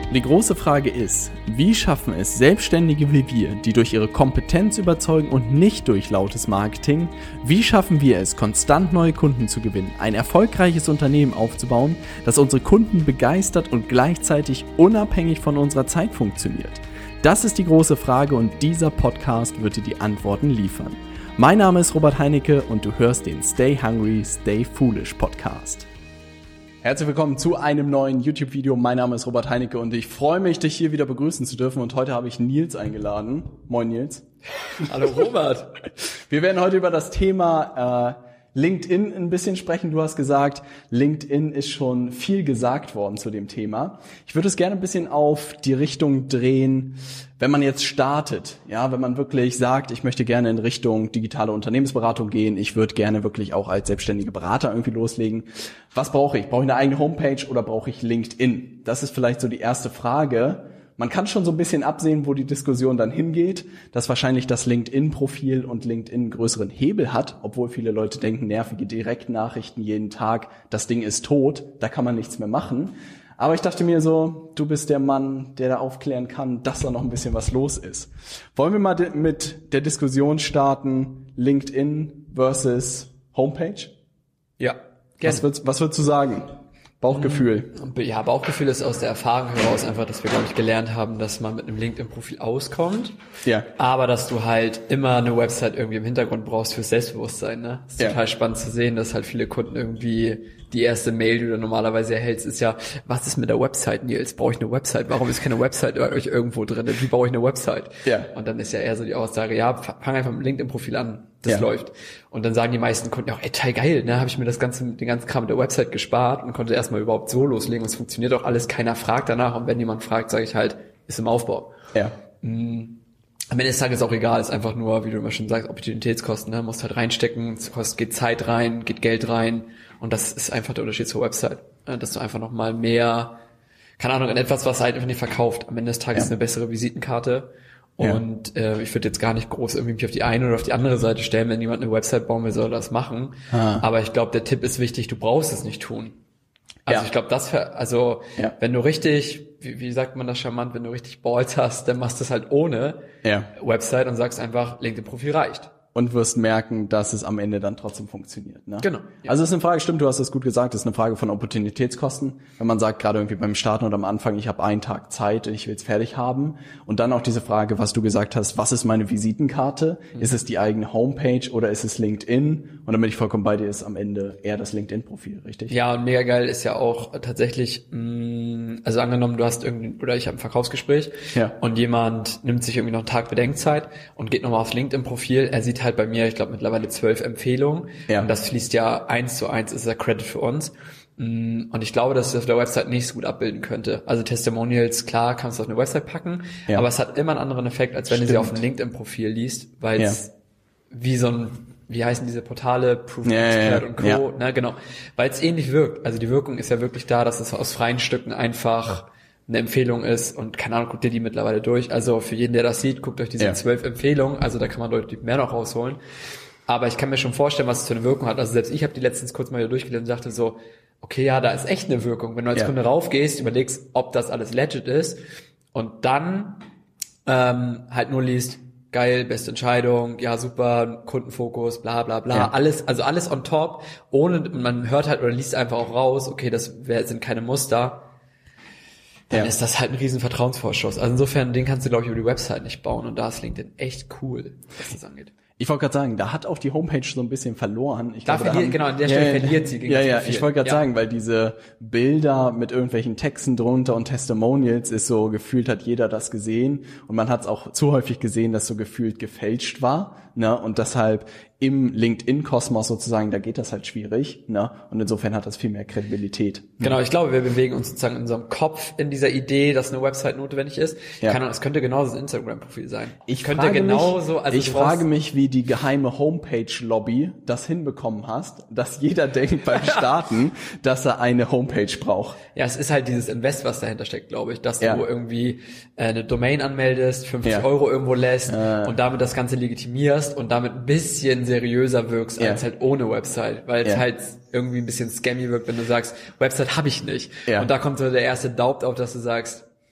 Die große Frage ist, wie schaffen es Selbstständige wie wir, die durch ihre Kompetenz überzeugen und nicht durch lautes Marketing, wie schaffen wir es, konstant neue Kunden zu gewinnen, ein erfolgreiches Unternehmen aufzubauen, das unsere Kunden begeistert und gleichzeitig unabhängig von unserer Zeit funktioniert? Das ist die große Frage und dieser Podcast wird dir die Antworten liefern. Mein Name ist Robert Heinecke und du hörst den Stay Hungry, Stay Foolish Podcast. Herzlich willkommen zu einem neuen YouTube-Video. Mein Name ist Robert Heinecke und ich freue mich, dich hier wieder begrüßen zu dürfen. Und heute habe ich Nils eingeladen. Moin Nils. Hallo Robert. Wir werden heute über das Thema LinkedIn ein bisschen sprechen. Du hast gesagt, LinkedIn ist schon viel gesagt worden zu dem Thema. Ich würde es gerne ein bisschen auf die Richtung drehen, wenn man jetzt startet, ja, wenn man wirklich sagt, ich möchte gerne in Richtung digitale Unternehmensberatung gehen, ich würde gerne wirklich auch als selbstständiger Berater irgendwie loslegen. Was brauche ich? Brauche ich eine eigene Homepage oder brauche ich LinkedIn? Das ist vielleicht so die erste Frage. Man kann schon so ein bisschen absehen, wo die Diskussion dann hingeht, dass wahrscheinlich das LinkedIn-Profil und LinkedIn einen größeren Hebel hat, obwohl viele Leute denken, nervige Direktnachrichten jeden Tag, das Ding ist tot, da kann man nichts mehr machen. Aber ich dachte mir so, du bist der Mann, der da aufklären kann, dass da noch ein bisschen was los ist. Wollen wir mal mit der Diskussion starten, LinkedIn versus Homepage? Ja, gerne. Was würdest du sagen? Bauchgefühl. Ja, Bauchgefühl ist aus der Erfahrung heraus einfach, dass wir, glaube ich, gelernt haben, dass man mit einem LinkedIn-Profil auskommt. Ja. Aber dass du halt immer eine Website irgendwie im Hintergrund brauchst fürs Selbstbewusstsein, ne? Das ist total spannend zu sehen, dass halt viele Kunden irgendwie die erste Mail, die du normalerweise erhältst, ist ja, was ist mit der Website, Nils? Brauche ich eine Website? Warum ist keine Website bei euch irgendwo drin? Wie baue ich eine Website? Ja. Und dann ist ja eher so die Aussage, ja, fang einfach mit dem LinkedIn-Profil an. Das läuft. Und dann sagen die meisten Kunden auch, ey, total geil, ne? Habe ich mir den ganzen Kram mit der Website gespart und konnte erstmal überhaupt so loslegen. Und es funktioniert auch alles, keiner fragt danach. Und wenn jemand fragt, sage ich halt, ist im Aufbau. Ja. Am Ende des Tages ist auch egal, ist einfach nur, wie du immer schon sagst, Opportunitätskosten, ne? Musst halt reinstecken, es geht Zeit rein, geht Geld rein. Und das ist einfach der Unterschied zur Website. Dass du einfach nochmal mehr, keine Ahnung, in etwas, was halt einfach nicht verkauft. Am Ende des Tages eine bessere Visitenkarte. Und ich würde jetzt gar nicht groß irgendwie mich auf die eine oder auf die andere Seite stellen. Wenn jemand eine Website bauen will, soll er das machen. Aber ich glaube, der Tipp ist wichtig, du brauchst es nicht tun. Also ich glaube, wenn du richtig, wie sagt man das charmant, wenn du richtig Balls hast, dann machst du es halt ohne Website und sagst einfach, LinkedIn-Profil reicht. Und wirst merken, dass es am Ende dann trotzdem funktioniert. Ne? Genau. Ja. Also es ist eine Frage, stimmt, du hast es gut gesagt, es ist eine Frage von Opportunitätskosten. Wenn man sagt, gerade irgendwie beim Starten oder am Anfang, ich habe einen Tag Zeit und ich will es fertig haben. Und dann auch diese Frage, was du gesagt hast, was ist meine Visitenkarte? Ist es die eigene Homepage oder ist es LinkedIn? Und damit ich vollkommen bei dir ist, am Ende eher das LinkedIn-Profil, richtig? Ja, und mega geil ist ja auch tatsächlich, also angenommen, du hast irgendwie, oder ich habe ein Verkaufsgespräch und jemand nimmt sich irgendwie noch einen Tag Bedenkzeit und geht nochmal aufs LinkedIn-Profil, er sieht halt bei mir, ich glaube, mittlerweile 12 Empfehlungen. Und das fließt ja 1:1, ist der Credit für uns. Und ich glaube, dass es auf der Website nicht so gut abbilden könnte. Also Testimonials, klar, kannst du auf eine Website packen, aber es hat immer einen anderen Effekt, als wenn du sie auf einem LinkedIn-Profil liest, weil es wie so ein, wie heißen diese Portale, Proof und Co., ne, genau, weil es ähnlich wirkt. Also die Wirkung ist ja wirklich da, dass es aus freien Stücken einfach eine Empfehlung ist und keine Ahnung, guckt ihr die mittlerweile durch. Also für jeden, der das sieht, guckt euch diese 12 Empfehlungen, also da kann man deutlich mehr noch rausholen. Aber ich kann mir schon vorstellen, was es für eine Wirkung hat. Also selbst ich habe die letztens kurz mal wieder durchgelesen und dachte so, okay, ja, da ist echt eine Wirkung. Wenn du als Kunde raufgehst, überlegst, ob das alles legit ist und dann halt nur liest, geil, beste Entscheidung, ja super, Kundenfokus, bla bla bla, alles on top, ohne, man hört halt oder liest einfach auch raus, okay, sind keine Muster, dann ist das halt ein riesen Vertrauensvorschuss. Also insofern, den kannst du, glaube ich, über die Website nicht bauen und da ist LinkedIn echt cool, was das angeht. Ich wollte gerade sagen, da hat auch die Homepage so ein bisschen verloren. An der Stelle verliert sie gegen das Profil. Ich wollte gerade sagen, weil diese Bilder mit irgendwelchen Texten drunter und Testimonials ist so, gefühlt hat jeder das gesehen und man hat es auch zu häufig gesehen, dass so gefühlt gefälscht war, ne? Und deshalb im LinkedIn-Kosmos sozusagen, da geht das halt schwierig, ne? Und insofern hat das viel mehr Kredibilität. Genau, ich glaube, wir bewegen uns sozusagen in unserem Kopf in dieser Idee, dass eine Website notwendig ist. Es könnte genauso das Instagram-Profil sein. Ich frage mich, wie die geheime Homepage-Lobby das hinbekommen hast, dass jeder denkt beim Starten, dass er eine Homepage braucht. Ja, es ist halt dieses Invest, was dahinter steckt, glaube ich, dass du irgendwie eine Domain anmeldest, 50 € irgendwo lässt und damit das Ganze legitimierst und damit ein bisschen seriöser wirkst als halt ohne Website, weil es halt irgendwie ein bisschen scammy wirkt, wenn du sagst, Website habe ich nicht. Und da kommt so der erste Doubt auf, dass du sagst,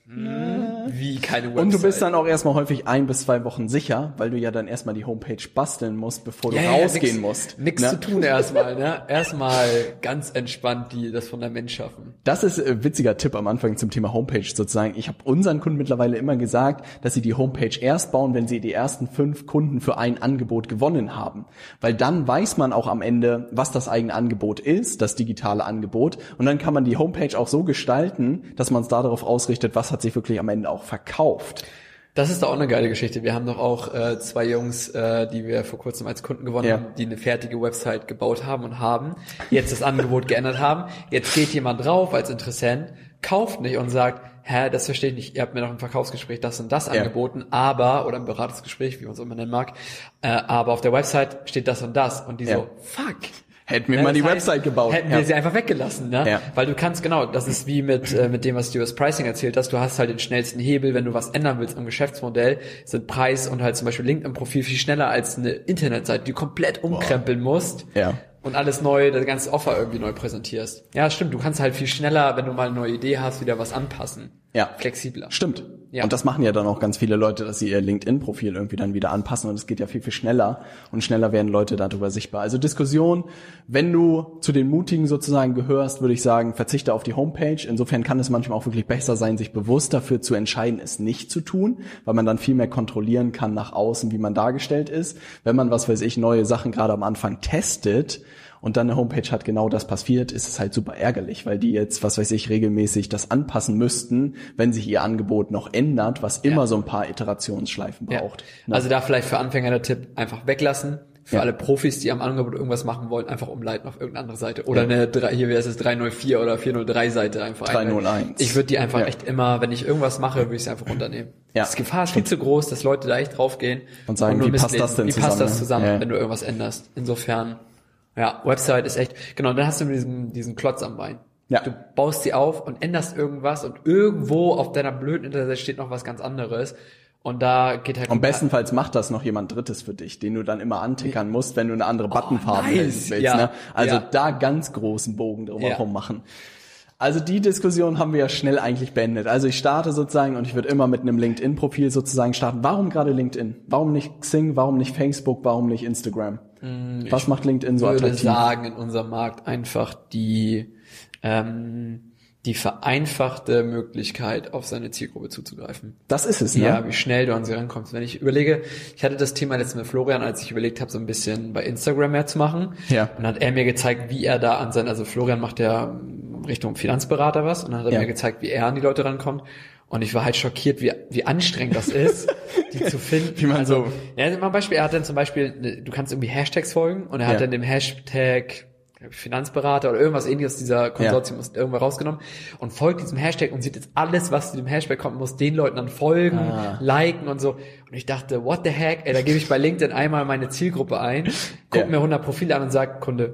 Wie keine Website. Und du bist dann auch erstmal häufig 1 bis 2 Wochen sicher, weil du ja dann erstmal die Homepage basteln musst, bevor du rausgehen musst. Nix zu tun erstmal, ne? Erstmal ganz entspannt das Fundament schaffen. Das ist ein witziger Tipp am Anfang zum Thema Homepage sozusagen. Ich habe unseren Kunden mittlerweile immer gesagt, dass sie die Homepage erst bauen, wenn sie die ersten 5 Kunden für ein Angebot gewonnen haben. Weil dann weiß man auch am Ende, was das eigene Angebot ist, das digitale Angebot. Und dann kann man die Homepage auch so gestalten, dass man es darauf ausrichtet, was hat sich wirklich am Ende auch verkauft. Das ist doch auch eine geile Geschichte. Wir haben doch auch 2 Jungs, die wir vor kurzem als Kunden gewonnen haben, die eine fertige Website gebaut haben und jetzt das Angebot geändert haben. Jetzt geht jemand drauf als Interessent, kauft nicht und sagt, das verstehe ich nicht, ihr habt mir doch im Verkaufsgespräch das und das angeboten, aber, oder im Beratungsgespräch, wie man es immer nennen mag, aber auf der Website steht das und das. Und die so, fuck. Hätten wir mal die Website gebaut. Hätten wir sie einfach weggelassen, ne? Ja. Weil du kannst, genau, das ist wie mit dem, was du über das Pricing erzählt hast, du hast halt den schnellsten Hebel, wenn du was ändern willst am Geschäftsmodell, sind Preis und halt zum Beispiel LinkedIn-Profil viel schneller als eine Internetseite, die du komplett umkrempeln musst. Ja. Und alles neu, das ganze Offer irgendwie neu präsentierst. Ja, stimmt, du kannst halt viel schneller, wenn du mal eine neue Idee hast, wieder was anpassen. Ja. Flexibler. Stimmt. Ja. Und das machen ja dann auch ganz viele Leute, dass sie ihr LinkedIn-Profil irgendwie dann wieder anpassen und es geht ja viel, viel schneller und schneller werden Leute darüber sichtbar. Also Diskussion, wenn du zu den Mutigen sozusagen gehörst, würde ich sagen, verzichte auf die Homepage. Insofern kann es manchmal auch wirklich besser sein, sich bewusst dafür zu entscheiden, es nicht zu tun, weil man dann viel mehr kontrollieren kann nach außen, wie man dargestellt ist. Wenn man, was weiß ich, neue Sachen gerade am Anfang testet, und dann eine Homepage hat genau das passiert, ist es halt super ärgerlich, weil die jetzt, was weiß ich, regelmäßig das anpassen müssten, wenn sich ihr Angebot noch ändert, was immer so ein paar Iterationsschleifen braucht. Ja. Also da vielleicht für Anfänger der Tipp, einfach weglassen. Für alle Profis, die am Angebot irgendwas machen wollen, einfach umleiten auf irgendeine andere Seite. Oder hier wäre es 304 oder 403 Seite einfach. 301. Ich würde die einfach echt immer, wenn ich irgendwas mache, würde ich sie einfach runternehmen. Ja. Die Gefahr ist viel zu groß, dass Leute da echt draufgehen. Und sagen, wie passt das denn zusammen? Wie passt das zusammen, wenn du irgendwas änderst? Insofern, ja, Website ist echt, genau, dann hast du diesen Klotz am Bein. Ja. Du baust sie auf und änderst irgendwas und irgendwo auf deiner blöden Internetseite steht noch was ganz anderes. Und da geht halt... Und bestenfalls macht das noch jemand Drittes für dich, den du dann immer antickern musst, wenn du eine andere Buttonfarbe willst. Ja. Ne? Also da ganz großen Bogen drumherum machen. Also die Diskussion haben wir ja schnell eigentlich beendet. Also ich starte sozusagen und ich würde immer mit einem LinkedIn-Profil sozusagen starten. Warum gerade LinkedIn? Warum nicht Xing? Warum nicht Facebook? Warum nicht Instagram? Was macht LinkedIn so attraktiv? Ich würde sagen, in unserem Markt einfach die vereinfachte Möglichkeit, auf seine Zielgruppe zuzugreifen. Das ist es, ne? Ja, wie schnell du an sie rankommst. Wenn ich überlege, ich hatte das Thema letztens mit Florian, als ich überlegt habe, so ein bisschen bei Instagram mehr zu machen. Ja. Und dann hat er mir gezeigt, wie er da also Florian macht ja Richtung Finanzberater was, und dann hat er mir gezeigt, wie er an die Leute rankommt. Und ich war halt schockiert, wie anstrengend das ist, die zu finden. Wie man so... Ja, mal ein Beispiel, er hat dann zum Beispiel, du kannst irgendwie Hashtags folgen, und er hat dann dem Hashtag Finanzberater oder irgendwas ähnliches dieser Konsortium ist irgendwo rausgenommen und folgt diesem Hashtag und sieht jetzt alles, was zu dem Hashtag kommt, muss den Leuten dann folgen, liken und so. Und ich dachte, what the heck, ey, da gebe ich bei LinkedIn einmal meine Zielgruppe ein, guck mir 100 Profile an und sag Kunde.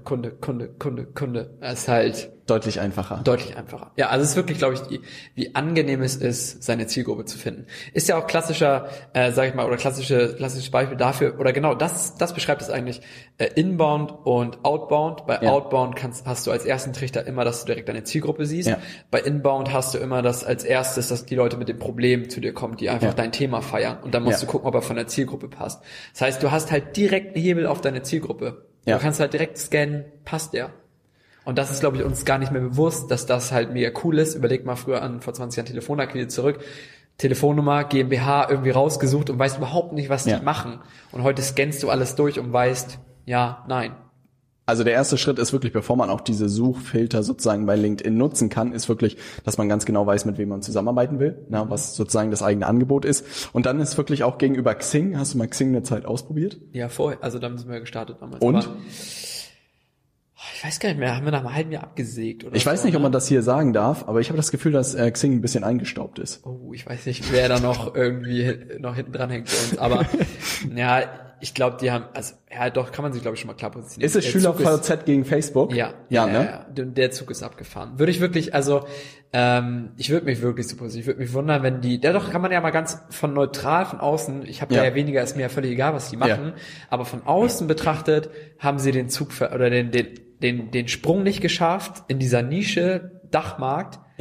Das ist halt deutlich einfacher. Ja, also es ist wirklich, glaube ich, wie angenehm es ist, seine Zielgruppe zu finden. Ist ja auch klassischer, sag ich mal, oder klassisches Beispiel dafür, oder genau, das beschreibt es eigentlich, Inbound und Outbound. Bei Outbound hast du als ersten Trichter immer, dass du direkt deine Zielgruppe siehst. Ja. Bei Inbound hast du immer das als erstes, dass die Leute mit dem Problem zu dir kommen, die einfach dein Thema feiern. Und dann musst du gucken, ob er von der Zielgruppe passt. Das heißt, du hast halt direkt einen Hebel auf deine Zielgruppe. Du kannst halt direkt scannen, passt der? Und das ist, glaube ich, uns gar nicht mehr bewusst, dass das halt mega cool ist. Überleg mal früher vor 20 Jahren Telefonakquise zurück. Telefonnummer, GmbH irgendwie rausgesucht und weißt überhaupt nicht, was die machen. Und heute scannst du alles durch und weißt, ja, nein. Also der erste Schritt ist wirklich, bevor man auch diese Suchfilter sozusagen bei LinkedIn nutzen kann, ist wirklich, dass man ganz genau weiß, mit wem man zusammenarbeiten will, was sozusagen das eigene Angebot ist. Und dann ist wirklich auch gegenüber Xing, hast du mal Xing eine Zeit ausprobiert? Ja, vorher, also dann sind wir gestartet damals. Und? Aber ich weiß gar nicht mehr, haben wir nach einem halben Jahr abgesägt oder Ich weiß nicht, ob man das hier sagen darf, aber ich habe das Gefühl, dass Xing ein bisschen eingestaubt ist. Oh, ich weiß nicht, wer da noch irgendwie noch hinten dran hängt bei uns, aber ja, ich glaube, die haben, also ja doch, kann man sich glaube ich schon mal klar positionieren. Ist es SchülerVZ gegen Facebook? Ja, ne? Der Zug ist abgefahren. Würde ich wirklich, also ich würde mich wirklich so positiv, ich würde mich wundern, wenn doch kann man ja mal ganz von außen, ich habe ja weniger, ist mir ja völlig egal, was die machen, aber von außen betrachtet haben sie den Zug oder den Sprung nicht geschafft in dieser Nische Dachmarkt. Ja.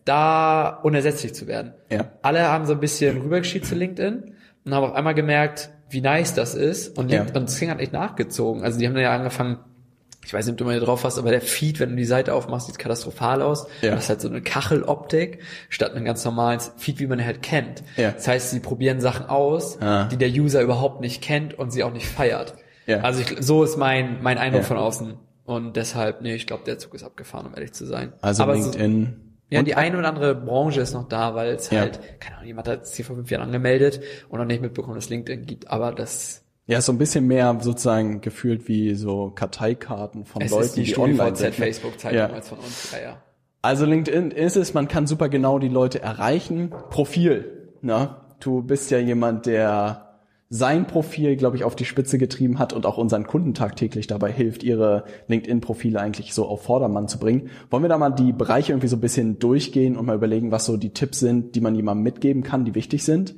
da unersetzlich zu werden. Ja. Alle haben so ein bisschen rübergeschieden zu LinkedIn und haben auf einmal gemerkt, wie nice das ist. Und Xing hat echt nachgezogen. Also die haben dann ja angefangen, ich weiß nicht, ob du mal hier drauf hast, aber der Feed, wenn du die Seite aufmachst, sieht katastrophal aus. Ja. Das ist halt so eine Kacheloptik, statt einen ganz normalen Feed, wie man ihn halt kennt. Ja. Das heißt, sie probieren Sachen aus, die der User überhaupt nicht kennt und sie auch nicht feiert. Ja. Also so ist mein Eindruck von außen. Und deshalb, ich glaube, der Zug ist abgefahren, um ehrlich zu sein. Also aber LinkedIn... Ja, die eine oder andere Branche ist noch da, weil es halt, keine Ahnung, jemand hat es hier vor 5 Jahren angemeldet und noch nicht mitbekommen, dass es LinkedIn gibt, aber das... Ja, so ein bisschen mehr sozusagen gefühlt wie so Karteikarten von Leuten, die online sind. Facebook-Zeitung als von uns, ja. Also LinkedIn ist es, man kann super genau die Leute erreichen. Profil, ne? Du bist ja jemand, der sein Profil, glaube ich, auf die Spitze getrieben hat und auch unseren Kunden tagtäglich dabei hilft, ihre LinkedIn-Profile eigentlich so auf Vordermann zu bringen. Wollen wir da mal die Bereiche irgendwie so ein bisschen durchgehen und mal überlegen, was so die Tipps sind, die man jemandem mitgeben kann, die wichtig sind?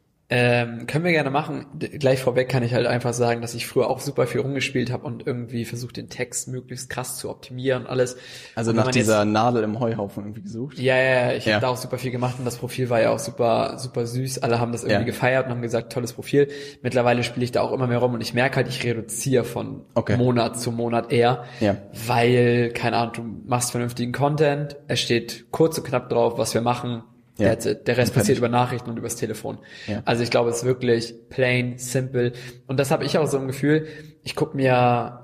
Können wir gerne machen. Gleich vorweg kann ich halt einfach sagen, dass ich früher auch super viel rumgespielt habe und irgendwie versucht, den Text möglichst krass zu optimieren und alles. Also nach dieser Nadel im Heuhaufen irgendwie gesucht? Ja, ich habe da auch super viel gemacht und das Profil war ja auch super, super süß. Alle haben das irgendwie gefeiert und haben gesagt, tolles Profil. Mittlerweile spiele ich da auch immer mehr rum und ich merke halt, ich reduziere von Monat zu Monat eher, weil, keine Ahnung, du machst vernünftigen Content, es steht kurz und knapp drauf, was wir machen. Der Rest passiert über Nachrichten und übers Telefon. Ja. Also ich glaube, es ist wirklich plain, simple. Und das habe ich auch so ein Gefühl. Ich gucke mir,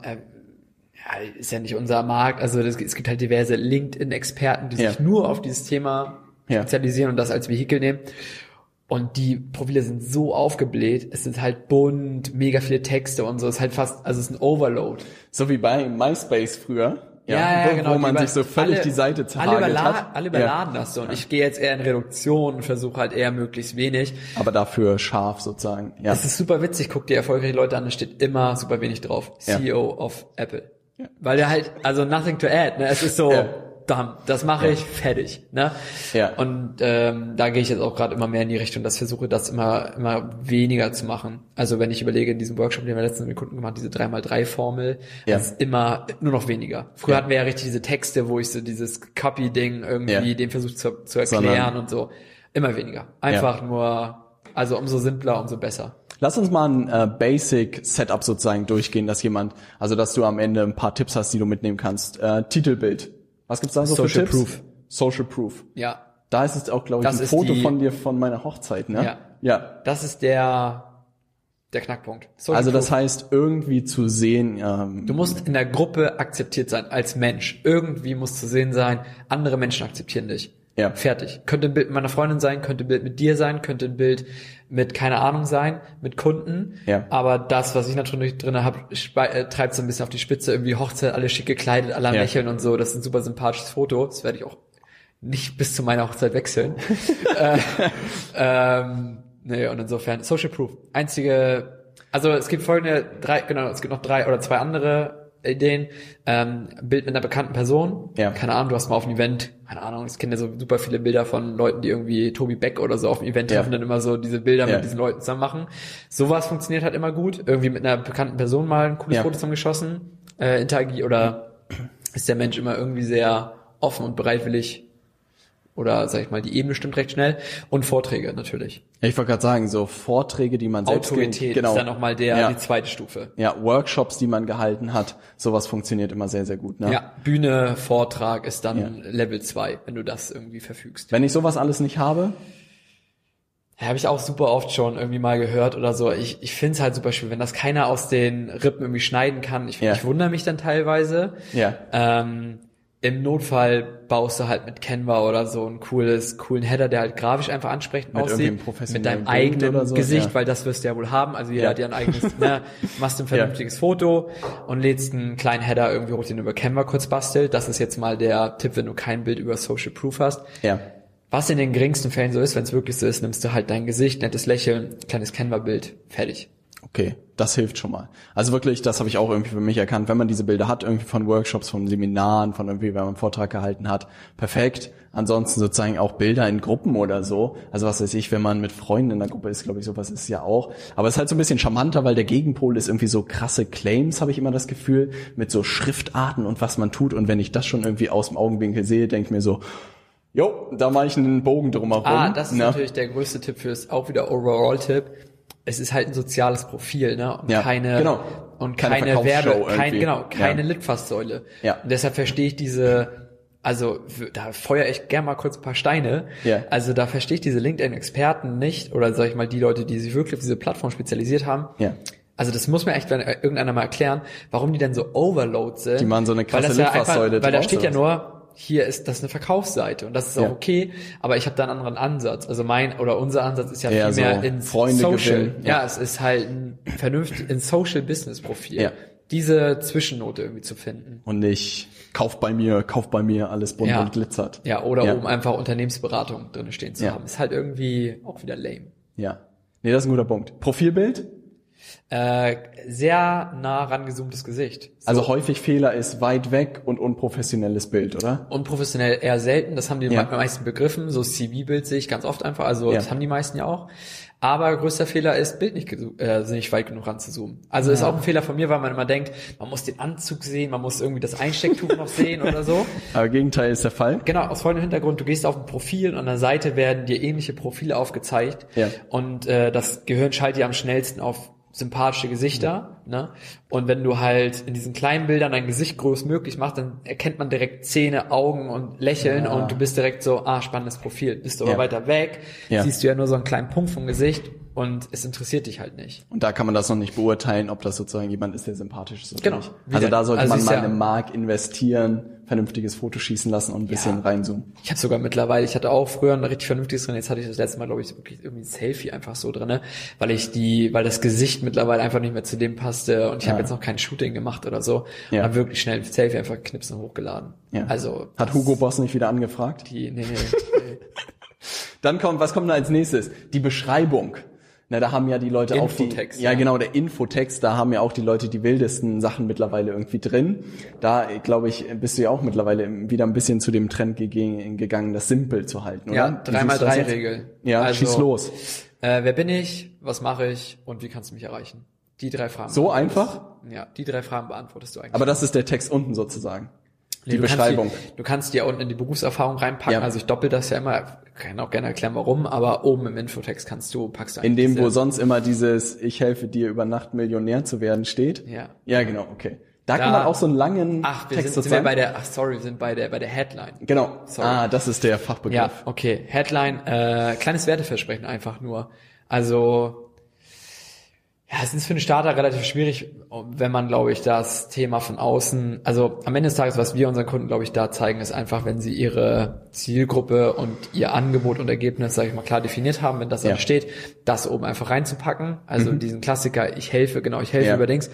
ist ja nicht unser Markt, also es gibt halt diverse LinkedIn-Experten, die sich nur auf dieses Thema spezialisieren und das als Vehikel nehmen. Und die Profile sind so aufgebläht, es sind halt bunt, mega viele Texte und so. Es ist halt fast, also es ist ein Overload. So wie bei MySpace früher. Genau, wo man sich so völlig die Seite zerhagelt hat. Alle überladen das so. Und ich gehe jetzt eher in Reduktion und versuche halt eher möglichst wenig. Aber dafür scharf sozusagen. Ja. Das ist super witzig. Guck dir erfolgreiche Leute an, da steht immer super wenig drauf. CEO of Apple. Ja. Weil der halt, also nothing to add, ne? Es ist so, das mache ich, fertig, ne? Ja. Und da gehe ich jetzt auch gerade immer mehr in die Richtung, dass ich versuche, das immer weniger zu machen. Also wenn ich überlege, in diesem Workshop, den wir letztens mit Kunden gemacht, diese 3x3-Formel, das ist immer nur noch weniger. Früher hatten wir ja richtig diese Texte, wo ich so dieses Copy-Ding irgendwie dem versucht zu erklären und so. Immer weniger. Einfach nur, also umso simpler, umso besser. Lass uns mal ein Basic-Setup sozusagen durchgehen, dass du am Ende ein paar Tipps hast, die du mitnehmen kannst. Titelbild. Was gibt's da so für Tipps? Social Proof. Ja. Da ist es auch, glaube ich, ein Foto von dir von meiner Hochzeit, ne? Ja. Das ist der Knackpunkt. Also das heißt, irgendwie zu sehen... du musst in der Gruppe akzeptiert sein, als Mensch. Irgendwie muss zu sehen sein, andere Menschen akzeptieren dich. Ja. Fertig. Könnte ein Bild mit meiner Freundin sein, könnte ein Bild mit dir sein, könnte ein Bild mit, keine Ahnung sein, mit Kunden. Ja. Aber das, was ich natürlich drin habe, treibt so ein bisschen auf die Spitze. Irgendwie Hochzeit, alle schick gekleidet, alle lächeln und so. Das ist ein super sympathisches Foto. Das werde ich auch nicht bis zu meiner Hochzeit wechseln. Und insofern Social Proof. Also es gibt es gibt noch 3 oder 2 andere Ideen. Bild mit einer bekannten Person. Ja. Keine Ahnung, du hast mal auf einem Event, keine Ahnung, ich kenne ja so super viele Bilder von Leuten, die irgendwie Tobi Beck oder so auf einem Event treffen, dann immer so diese Bilder mit diesen Leuten zusammen machen. Sowas funktioniert halt immer gut. Irgendwie mit einer bekannten Person mal ein cooles Foto zusammengeschossen. Oder ist der Mensch immer irgendwie sehr offen und bereitwillig? Oder, sag ich mal, die Ebene stimmt recht schnell. Und Vorträge natürlich. Ich wollte gerade sagen, so Vorträge, die man selbst... Autorität ist dann nochmal die zweite Stufe. Ja, Workshops, die man gehalten hat, sowas funktioniert immer sehr, sehr gut. Ne? Ja, Bühne, Vortrag ist dann Level 2, wenn du das irgendwie verfügst. Wenn ich sowas alles nicht habe? Ja, habe ich auch super oft schon irgendwie mal gehört oder so. Ich finde es halt super schön, wenn das keiner aus den Rippen irgendwie schneiden kann. Ich wundere mich dann teilweise. Ja. Im Notfall baust du halt mit Canva oder so einen coolen Header, der halt grafisch einfach ansprechend aussieht. Mit deinem eigenen so, Gesicht, weil das wirst du ja wohl haben. Also jeder hat ja ein eigenes, machst ein vernünftiges Foto und lädst einen kleinen Header irgendwie hoch, den du über Canva kurz bastelt. Das ist jetzt mal der Tipp, wenn du kein Bild über Social Proof hast. Ja. Was in den geringsten Fällen so ist, wenn es wirklich so ist, nimmst du halt dein Gesicht, nettes Lächeln, kleines Canva-Bild, fertig. Okay, das hilft schon mal. Also wirklich, das habe ich auch irgendwie für mich erkannt. Wenn man diese Bilder hat, irgendwie von Workshops, von Seminaren, von irgendwie, wenn man einen Vortrag gehalten hat, perfekt. Ansonsten sozusagen auch Bilder in Gruppen oder so. Also was weiß ich, wenn man mit Freunden in der Gruppe ist, glaube ich, sowas ist ja auch. Aber es ist halt so ein bisschen charmanter, weil der Gegenpol ist irgendwie so krasse Claims, habe ich immer das Gefühl, mit so Schriftarten und was man tut. Und wenn ich das schon irgendwie aus dem Augenwinkel sehe, denke ich mir so, Jo, da mache ich einen Bogen drumherum. Das ist natürlich der größte Tipp auch wieder Overall-Tipp. Es ist halt ein soziales Profil, ne? Und keine Litfaßsäule. Ja. Und deshalb verstehe ich da feuere ich gerne mal kurz ein paar Steine. Ja. Also da verstehe ich diese LinkedIn-Experten nicht, oder sag ich mal die Leute, die sich wirklich auf diese Plattform spezialisiert haben. Ja. Also das muss mir echt irgendeiner mal erklären, warum die denn so overload sind. Die machen so eine krasse Litfaßsäule drauf. Weil da steht ja nur, hier ist das eine Verkaufsseite und das ist auch okay, aber ich habe da einen anderen Ansatz. Also unser Ansatz ist ja viel mehr in Social. Ja, es ist halt ein Social Business Profil. Ja. Diese Zwischennote irgendwie zu finden. Und nicht, kauf bei mir, alles bunt und glitzert. Ja, oder um einfach Unternehmensberatung drin stehen zu haben. Ist halt irgendwie auch wieder lame. Ja. Nee, das ist ein guter Punkt. Profilbild? Sehr nah rangezoomtes Gesicht. So. Also häufig Fehler ist weit weg und unprofessionelles Bild, oder? Unprofessionell eher selten, das haben die meisten begriffen. So CV-Bild sehe ich ganz oft einfach, also das haben die meisten ja auch. Aber größter Fehler ist, Bild nicht weit genug ranzuzoomen. Also ist auch ein Fehler von mir, weil man immer denkt, man muss den Anzug sehen, man muss irgendwie das Einstecktuch noch sehen oder so. Aber Gegenteil ist der Fall. Genau, aus folgendem Hintergrund, du gehst auf ein Profil und an der Seite werden dir ähnliche Profile aufgezeigt. Ja. Und das Gehirn schaltet ja am schnellsten auf sympathische Gesichter, ne? Und wenn du halt in diesen kleinen Bildern dein Gesicht größtmöglich machst, dann erkennt man direkt Zähne, Augen und Lächeln und du bist direkt so, spannendes Profil. Bist du aber weiter weg, siehst du ja nur so einen kleinen Punkt vom Gesicht und es interessiert dich halt nicht. Und da kann man das noch nicht beurteilen, ob das sozusagen jemand ist, der sympathisch ist oder genau. nicht. Also da sollte man mal in Mark investieren, vernünftiges Foto schießen lassen und ein bisschen reinzoomen. Ich habe sogar mittlerweile, ich hatte auch früher ein richtig vernünftiges drin, jetzt hatte ich das letzte Mal, glaube ich, wirklich irgendwie ein Selfie einfach so drinne, weil das Gesicht mittlerweile einfach nicht mehr zu dem passte und ich habe jetzt noch kein Shooting gemacht oder so. Und habe wirklich schnell ein Selfie einfach geknipst und hochgeladen. Ja. Also hat Hugo Boss nicht wieder angefragt? Nee. Dann was kommt da als nächstes? Die Beschreibung. Na, da haben ja die Leute Infotext, auch der Infotext, da haben ja auch die Leute die wildesten Sachen mittlerweile irgendwie drin. Da, glaube ich, bist du ja auch mittlerweile wieder ein bisschen zu dem Trend gegangen, das simpel zu halten, oder? Ja, 3x3-Regel. Ja, also, schieß los. Wer bin ich, was mache ich und wie kannst du mich erreichen? Die 3 Fragen. So einfach? Ja, die 3 Fragen beantwortest du eigentlich. Aber das ist der Text unten sozusagen. Die Beschreibung. Du kannst die ja unten in die Berufserfahrung reinpacken. Ja. Also ich doppel das ja immer. Kann auch gerne erklären, warum. Aber oben im Infotext packst du eigentlich. In dem, wo sonst immer dieses "Ich helfe dir über Nacht Millionär zu werden" steht. Ja. Ja, genau. Okay. Da kann man auch so einen langen Text sind wir wir sind bei der Headline. Genau. Sorry. Das ist der Fachbegriff. Ja, okay. Headline, kleines Werteversprechen einfach nur. Also es ist für einen Starter relativ schwierig, wenn man, glaube ich, das Thema von außen, also am Ende des Tages, was wir unseren Kunden, glaube ich, da zeigen, ist einfach, wenn sie ihre Zielgruppe und ihr Angebot und Ergebnis, sage ich mal, klar definiert haben, wenn das da steht, das oben einfach reinzupacken. Also diesen Klassiker, ich helfe überdings.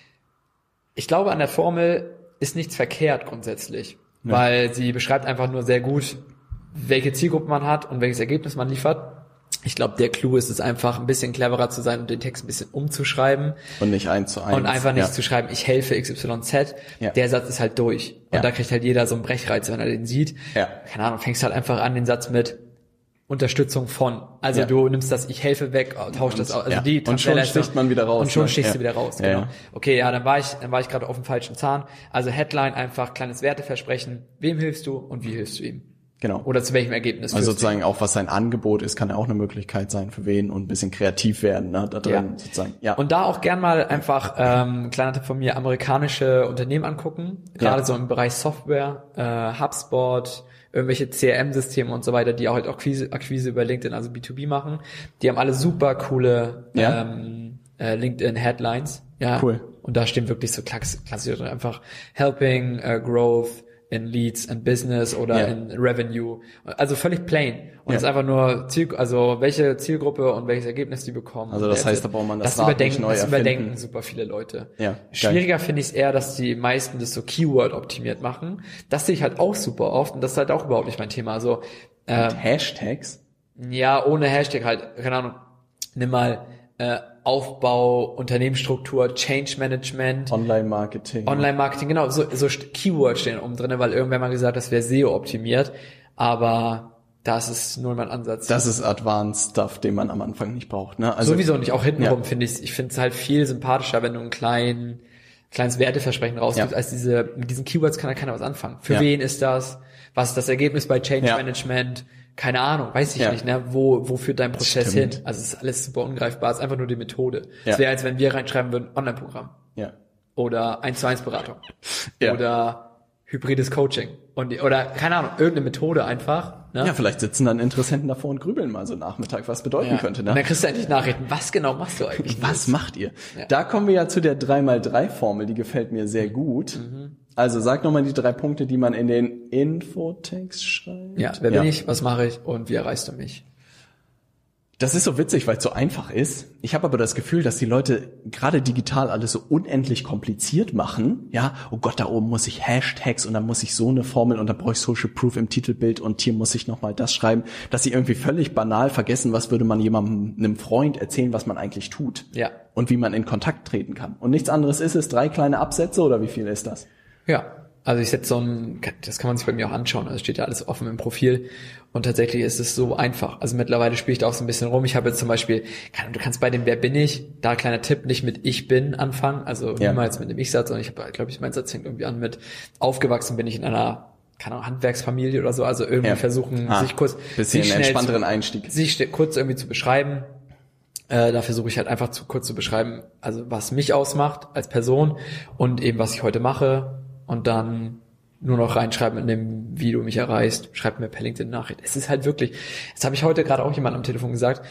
Ich glaube, an der Formel ist nichts verkehrt grundsätzlich, weil sie beschreibt einfach nur sehr gut, welche Zielgruppe man hat und welches Ergebnis man liefert. Ich glaube, der Clou ist es einfach, ein bisschen cleverer zu sein und den Text ein bisschen umzuschreiben. Und nicht 1:1. Und einfach nicht zu schreiben, ich helfe XYZ. Ja. Der Satz ist halt durch. Und da kriegt halt jeder so einen Brechreiz, wenn er den sieht. Ja. Keine Ahnung, fängst halt einfach an, den Satz mit Unterstützung von. Also du nimmst das ich helfe weg, tauscht das aus. Also die und schon sticht man wieder raus. Und schon stichst du wieder raus, genau. Ja. Okay, dann war ich gerade auf dem falschen Zahn. Also Headline einfach, kleines Werteversprechen. Wem hilfst du und wie hilfst du ihm? Genau. Oder zu welchem Ergebnis? Also sozusagen auch, was sein Angebot ist, kann ja auch eine Möglichkeit sein für wen und ein bisschen kreativ werden, ne, da drin sozusagen. Ja. Und da auch gern mal einfach, kleiner Tipp von mir, amerikanische Unternehmen angucken. Gerade so im Bereich Software, HubSpot, irgendwelche CRM-Systeme und so weiter, die auch halt auch Akquise über LinkedIn, also B2B machen. Die haben alle super coole LinkedIn-Headlines. Ja. Cool. Und da stehen wirklich so klassisch drin, einfach Helping Growth in Leads and Business oder in Revenue. Also völlig plain. Und es ist einfach nur welche Zielgruppe und welches Ergebnis die bekommen. Also das heißt, da braucht man das Rad nicht neu erfinden. Das überdenken super viele Leute. Ja, schwieriger finde ich es eher, dass die meisten das so Keyword-optimiert machen. Das sehe ich halt auch super oft und das ist halt auch überhaupt nicht mein Thema. Also Hashtags? Ja, ohne Hashtag halt. Keine Ahnung. Nimm mal Aufbau, Unternehmensstruktur, Change Management. Online-Marketing, genau. So Keywords stehen oben drin, weil irgendwer mal gesagt hat, das wäre SEO optimiert. Aber das ist nur mein Ansatz. Das ist Advanced Stuff, den man am Anfang nicht braucht, ne? Also sowieso nicht. Auch hintenrum finde ich es halt viel sympathischer, wenn du einen kleinen kleines Werteversprechen rausgibt, als mit diesen Keywords kann ja keiner was anfangen. Für wen ist das? Was ist das Ergebnis bei Change Management? Keine Ahnung, weiß ich nicht, ne? Wo führt dein Prozess hin? Also es ist alles super ungreifbar, es ist einfach nur die Methode. Es wäre, als wenn wir reinschreiben würden, Online-Programm. Ja. Oder 1:1 Beratung. Ja. Oder hybrides Coaching. Oder, keine Ahnung, irgendeine Methode einfach. Ne? Ja, vielleicht sitzen dann Interessenten davor und grübeln mal so Nachmittag, was bedeuten könnte. Ne? Und dann kriegst du endlich Nachrichten. Was genau machst du eigentlich? Was macht ihr? Ja. Da kommen wir ja zu der 3x3-Formel, die gefällt mir sehr gut. Also sag nochmal die 3 Punkte, die man in den Infotext schreibt. Ja, wer bin ich, was mache ich und wie erreichst du mich? Das ist so witzig, weil es so einfach ist. Ich habe aber das Gefühl, dass die Leute gerade digital alles so unendlich kompliziert machen. Ja, oh Gott, da oben muss ich Hashtags und dann muss ich so eine Formel und dann brauche ich Social Proof im Titelbild und hier muss ich nochmal das schreiben, dass sie irgendwie völlig banal vergessen, was würde man jemandem, einem Freund erzählen, was man eigentlich tut. Ja. Und wie man in Kontakt treten kann. Und nichts anderes ist es, 3 kleine Absätze oder wie viel ist das? Ja. Also ich setze das kann man sich bei mir auch anschauen, also steht ja alles offen im Profil und tatsächlich ist es so einfach. Also mittlerweile spiele ich da auch so ein bisschen rum. Ich habe jetzt zum Beispiel, du kannst bei dem Wer bin ich, da kleiner Tipp, nicht mit Ich bin anfangen, also niemals mit dem Ich-Satz, sondern ich habe, glaube ich, mein Satz fängt irgendwie an mit aufgewachsen bin ich in einer, keine Ahnung, Handwerksfamilie oder so, also irgendwie versuchen, sich kurz, bisschen sich entspannteren Einstieg, sich kurz irgendwie zu beschreiben. Da versuche ich halt einfach kurz zu beschreiben, also was mich ausmacht als Person und eben was ich heute mache. Und dann nur noch reinschreiben in dem, wie du mich erreichst, schreib mir per LinkedIn Nachricht. Es ist halt wirklich, das habe ich heute gerade auch jemandem am Telefon gesagt,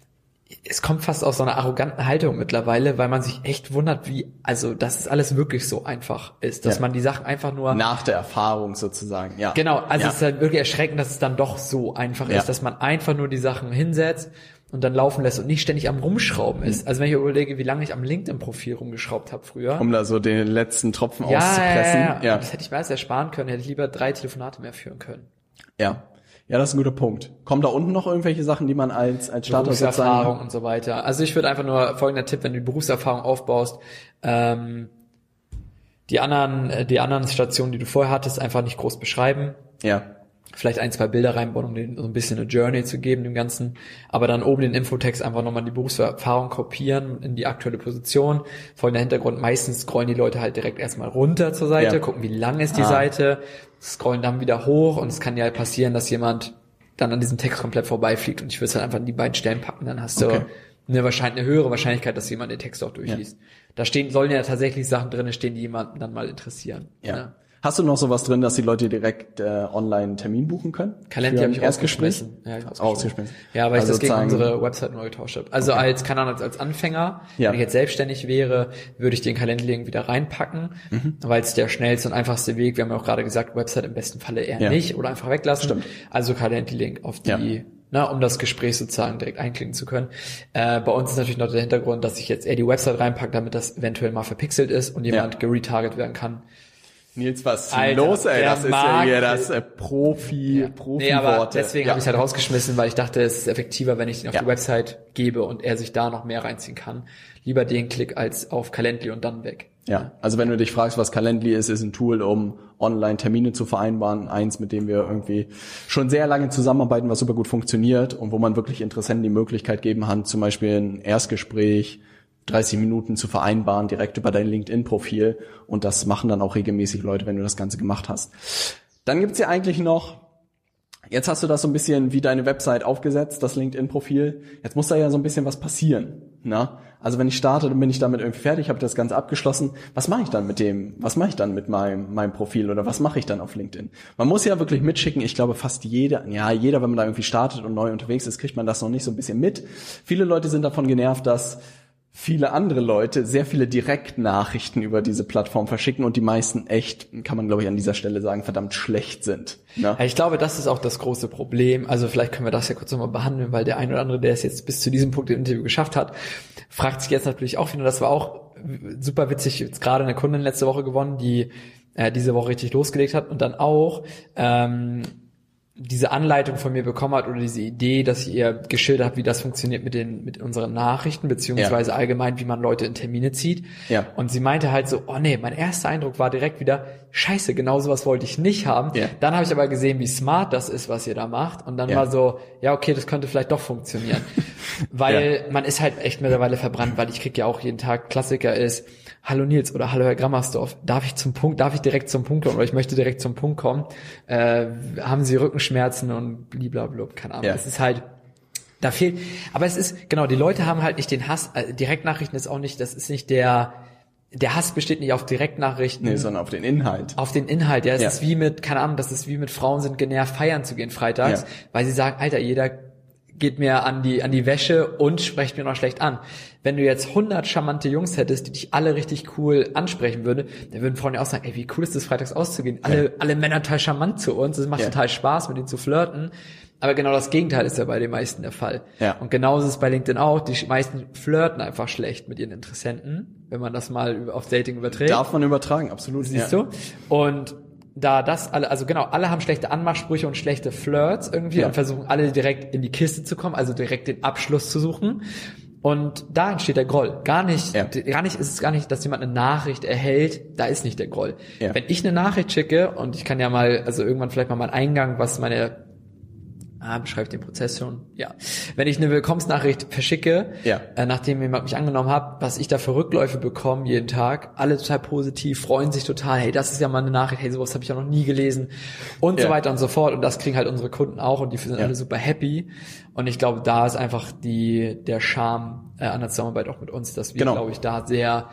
es kommt fast aus so einer arroganten Haltung mittlerweile, weil man sich echt wundert, dass es alles wirklich so einfach ist, dass man die Sachen einfach nur... Nach der Erfahrung sozusagen, ja. Genau, also es ist halt wirklich erschreckend, dass es dann doch so einfach ist, dass man einfach nur die Sachen hinsetzt und dann laufen lässt und nicht ständig am Rumschrauben ist. Also wenn ich überlege, wie lange ich am LinkedIn-Profil rumgeschraubt habe früher. Um da so den letzten Tropfen auszupressen. Ja. Das hätte ich mir alles ersparen können, hätte ich lieber 3 Telefonate mehr führen können. Ja, das ist ein guter Punkt. Kommen da unten noch irgendwelche Sachen, die man als Starter Berufserfahrung und so weiter. Also ich würde einfach nur folgender Tipp, wenn du die Berufserfahrung aufbaust, die anderen Stationen, die du vorher hattest, einfach nicht groß beschreiben. Ja. Vielleicht 1, 2 Bilder reinbauen, um denen so ein bisschen eine Journey zu geben, dem Ganzen. Aber dann oben den Infotext einfach nochmal die Berufserfahrung kopieren in die aktuelle Position. Folgender Hintergrund, meistens scrollen die Leute halt direkt erstmal runter zur Seite, gucken, wie lang ist die Seite, scrollen dann wieder hoch und es kann ja passieren, dass jemand dann an diesem Text komplett vorbeifliegt und ich würde es halt einfach an die beiden Stellen packen, dann hast du eine höhere Wahrscheinlichkeit, dass jemand den Text auch durchliest. Da sollen ja tatsächlich Sachen drin stehen, die jemanden dann mal interessieren. Ja. Ne? Hast du noch sowas drin, dass die Leute direkt online einen Termin buchen können? Kalender habe ich rausgeschmissen. Ja, weil ich das gegen unsere Website neu getauscht habe. Also als Anfänger, wenn ich jetzt selbstständig wäre, würde ich den Kalenderlink wieder reinpacken, weil es der schnellste und einfachste Weg, wir haben ja auch gerade gesagt, Website im besten Falle eher nicht oder einfach weglassen. Stimmt. Also Kalenderlink auf die, um das Gespräch sozusagen direkt einklicken zu können. Bei uns ist natürlich noch der Hintergrund, dass ich jetzt eher die Website reinpacke, damit das eventuell mal verpixelt ist und jemand geretarget werden kann. Nils, was ist los, ey? Das ist ja hier das Profi-Worte. Nee, aber deswegen habe ich es halt rausgeschmissen, weil ich dachte, es ist effektiver, wenn ich den auf die Website gebe und er sich da noch mehr reinziehen kann. Lieber den Klick als auf Calendly und dann weg. Ja, also wenn du dich fragst, was Calendly ist ein Tool, um online Termine zu vereinbaren. Eins, mit dem wir irgendwie schon sehr lange zusammenarbeiten, was super gut funktioniert und wo man wirklich Interessenten die Möglichkeit geben kann, zum Beispiel ein Erstgespräch 30 Minuten zu vereinbaren, direkt über dein LinkedIn-Profil. Und das machen dann auch regelmäßig Leute, wenn du das Ganze gemacht hast. Dann gibt's ja eigentlich noch, jetzt hast du das so ein bisschen wie deine Website aufgesetzt, das LinkedIn-Profil. Jetzt muss da ja so ein bisschen was passieren. Na? Also wenn ich starte, dann bin ich damit irgendwie fertig, habe das Ganze abgeschlossen. Was mache ich dann mit meinem Profil oder was mache ich dann auf LinkedIn? Man muss ja wirklich mitschicken. Ich glaube fast jeder, wenn man da irgendwie startet und neu unterwegs ist, kriegt man das noch nicht so ein bisschen mit. Viele Leute sind davon genervt, dass viele andere Leute sehr viele Direktnachrichten über diese Plattform verschicken und die meisten echt, kann man glaube ich an dieser Stelle sagen, verdammt schlecht sind. Ne? Ja, ich glaube, das ist auch das große Problem. Also vielleicht können wir das ja kurz nochmal behandeln, weil der ein oder andere, der es jetzt bis zu diesem Punkt im Interview geschafft hat, fragt sich jetzt natürlich auch wieder, das war auch super witzig, jetzt gerade eine Kundin letzte Woche gewonnen, die diese Woche richtig losgelegt hat und dann auch diese Anleitung von mir bekommen hat oder diese Idee, dass ich ihr geschildert habe, wie das funktioniert mit unseren Nachrichten, beziehungsweise allgemein, wie man Leute in Termine zieht. Ja. Und sie meinte halt so, oh nee, mein erster Eindruck war direkt wieder, scheiße, genau sowas wollte ich nicht haben. Ja. Dann habe ich aber gesehen, wie smart das ist, was ihr da macht. Und dann war so, ja okay, das könnte vielleicht doch funktionieren. Weil man ist halt echt mittlerweile verbrannt, weil ich krieg ja auch jeden Tag, Klassiker ist, hallo Nils oder hallo Herr Grammersdorf, darf ich direkt zum Punkt kommen oder ich möchte direkt zum Punkt kommen? Haben Sie Rückenschmerzen und blablabla, keine Ahnung. Es ist halt, da fehlt, aber es ist, genau, die Leute haben halt nicht den Hass, Direktnachrichten ist auch nicht, das ist nicht der Hass besteht nicht auf Direktnachrichten. Nee, sondern auf den Inhalt. Auf den Inhalt, ja. Es ist wie mit, keine Ahnung, das ist wie mit Frauen sind genervt, feiern zu gehen freitags, weil sie sagen, Alter, jeder geht mir an die Wäsche und spricht mir noch schlecht an. Wenn du jetzt 100 charmante Jungs hättest, die dich alle richtig cool ansprechen würden, dann würden Frauen ja auch sagen, ey, wie cool ist das, freitags auszugehen. Alle Männer total charmant zu uns. Es macht total Spaß, mit ihnen zu flirten. Aber genau das Gegenteil ist ja bei den meisten der Fall. Ja. Und genauso ist es bei LinkedIn auch. Die meisten flirten einfach schlecht mit ihren Interessenten, wenn man das mal auf Dating überträgt. Darf man übertragen, absolut. Siehst du? Und da das alle, also genau, alle haben schlechte Anmachsprüche und schlechte Flirts irgendwie und versuchen alle direkt in die Kiste zu kommen, also direkt den Abschluss zu suchen. Und da entsteht der Groll. Ist es gar nicht, dass jemand eine Nachricht erhält, da ist nicht der Groll. Ja. Wenn ich eine Nachricht schicke und ich kann ja mal, also irgendwann vielleicht mal meinen Eingang, was meine beschreibt den Prozess schon. Ja. Wenn ich eine Willkommensnachricht verschicke, nachdem jemand mich angenommen hat, was ich da für Rückläufe bekomme jeden Tag, alle total positiv, freuen sich total, hey, das ist ja mal eine Nachricht, hey, sowas habe ich ja noch nie gelesen und so weiter und so fort. Und das kriegen halt unsere Kunden auch und die sind alle super happy. Und ich glaube, da ist einfach der Charme an der Zusammenarbeit auch mit uns, dass wir, glaube ich, da sehr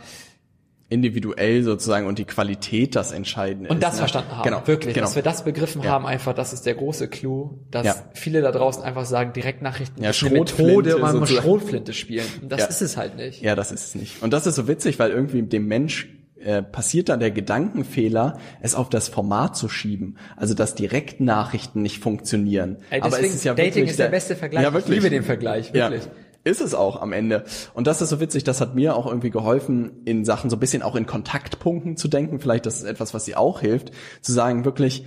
individuell sozusagen und die Qualität das Entscheidende ist. Und das verstanden haben, wirklich. Dass wir das begriffen haben, einfach, das ist der große Clou, dass viele da draußen einfach sagen, Direktnachrichten ist eine Methode, man muss Schrotflinte spielen. Und das ist es halt nicht. Ja, das ist es nicht. Und das ist so witzig, weil irgendwie dem Mensch passiert dann der Gedankenfehler, es auf das Format zu schieben. Also, dass Direktnachrichten nicht funktionieren. Aber es ist ja Dating ist der beste Vergleich. Ja, wirklich. Ich liebe den Vergleich, wirklich. Ja. Ist es auch am Ende. Und das ist so witzig, das hat mir auch irgendwie geholfen, in Sachen so ein bisschen auch in Kontaktpunkten zu denken. Vielleicht das ist etwas, was dir auch hilft, zu sagen, wirklich,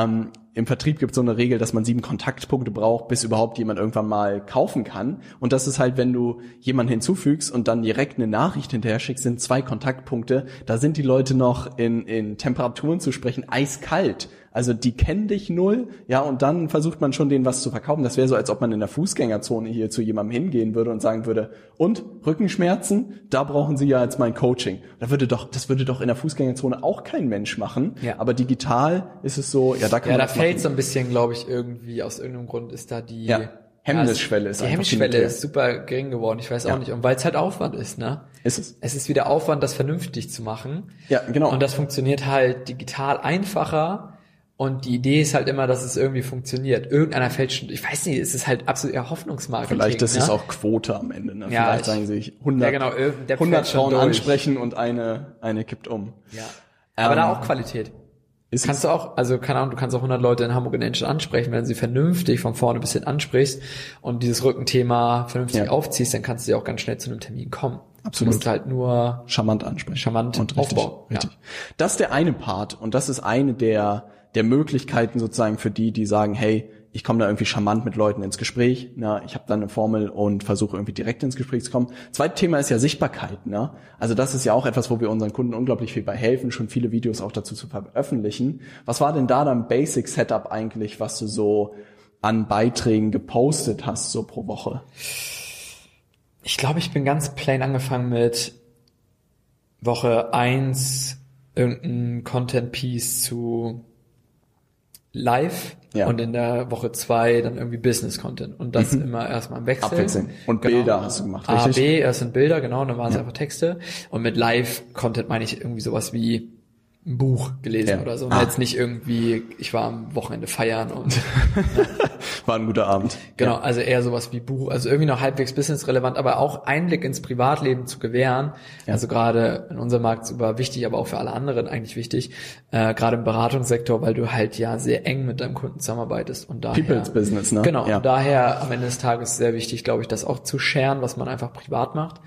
im Vertrieb gibt es so eine Regel, dass man 7 Kontaktpunkte braucht, bis überhaupt jemand irgendwann mal kaufen kann. Und das ist halt, wenn du jemanden hinzufügst und dann direkt eine Nachricht hinterher schickst, sind 2 Kontaktpunkte. Da sind die Leute noch in Temperaturen zu sprechen, eiskalt. Also die kennen dich null, ja, und dann versucht man schon denen was zu verkaufen. Das wäre so, als ob man in der Fußgängerzone hier zu jemandem hingehen würde und sagen würde, und Rückenschmerzen, da brauchen Sie ja jetzt mein Coaching. Das würde doch in der Fußgängerzone auch kein Mensch machen. Ja. Aber digital ist es so, ja, da kann man das machen. Da fällt so ein bisschen, glaube ich, irgendwie aus irgendeinem Grund ist da die Hemmnisschwelle ist die Hemmschwelle ist super gering geworden. Ich weiß auch nicht. Und weil es halt Aufwand ist, ne? Ist es. Es ist wieder Aufwand, das vernünftig zu machen. Ja, genau. Und das funktioniert halt digital einfacher. Und die Idee ist halt immer, dass es irgendwie funktioniert. Irgendeiner fällt schon, ich weiß nicht, es ist halt absolut eher Hoffnungsmarketing. Vielleicht ist es auch Quote am Ende. Ne? Ja, vielleicht sagen sie 100 Frauen ansprechen und eine kippt um. Ja. Aber da auch Qualität. Kannst du auch, also keine Ahnung, du kannst auch 100 Leute in Hamburg in Engine ansprechen, wenn du sie vernünftig von vorne bis hin ansprichst und dieses Rückenthema vernünftig aufziehst, dann kannst du ja auch ganz schnell zu einem Termin kommen. Absolut. Du musst halt nur charmant ansprechen. Charmant und aufbauen. Richtig. Ja. Das ist der eine Part und das ist eine der Möglichkeiten sozusagen für die sagen, hey, ich komme da irgendwie charmant mit Leuten ins Gespräch, ne? Ich habe da eine Formel und versuche irgendwie direkt ins Gespräch zu kommen. Zweites Thema ist ja Sichtbarkeit, ne? Also das ist ja auch etwas, wo wir unseren Kunden unglaublich viel bei helfen, schon viele Videos auch dazu zu veröffentlichen. Was war denn da dein Basic Setup eigentlich, was du so an Beiträgen gepostet hast, so pro Woche? Ich glaube, ich bin ganz plain angefangen mit Woche 1 irgendein Content-Piece zu live und in der Woche 2 dann irgendwie Business-Content und das immer erstmal im Wechsel. Abwechseln. Und Bilder hast du gemacht, richtig? B, erst sind Bilder, genau, und dann waren es einfach Texte. Und mit Live-Content meine ich irgendwie sowas wie ein Buch gelesen oder so. Und jetzt nicht irgendwie, ich war am Wochenende feiern und war ein guter Abend. Genau, also eher sowas wie Buch, also irgendwie noch halbwegs businessrelevant, aber auch Einblick ins Privatleben zu gewähren. Ja. Also gerade in unserem Markt super wichtig, aber auch für alle anderen eigentlich wichtig. Gerade im Beratungssektor, weil du halt ja sehr eng mit deinem Kunden zusammenarbeitest und daher. People's Business, ne? Genau, und daher am Ende des Tages sehr wichtig, glaube ich, das auch zu sharen, was man einfach privat macht.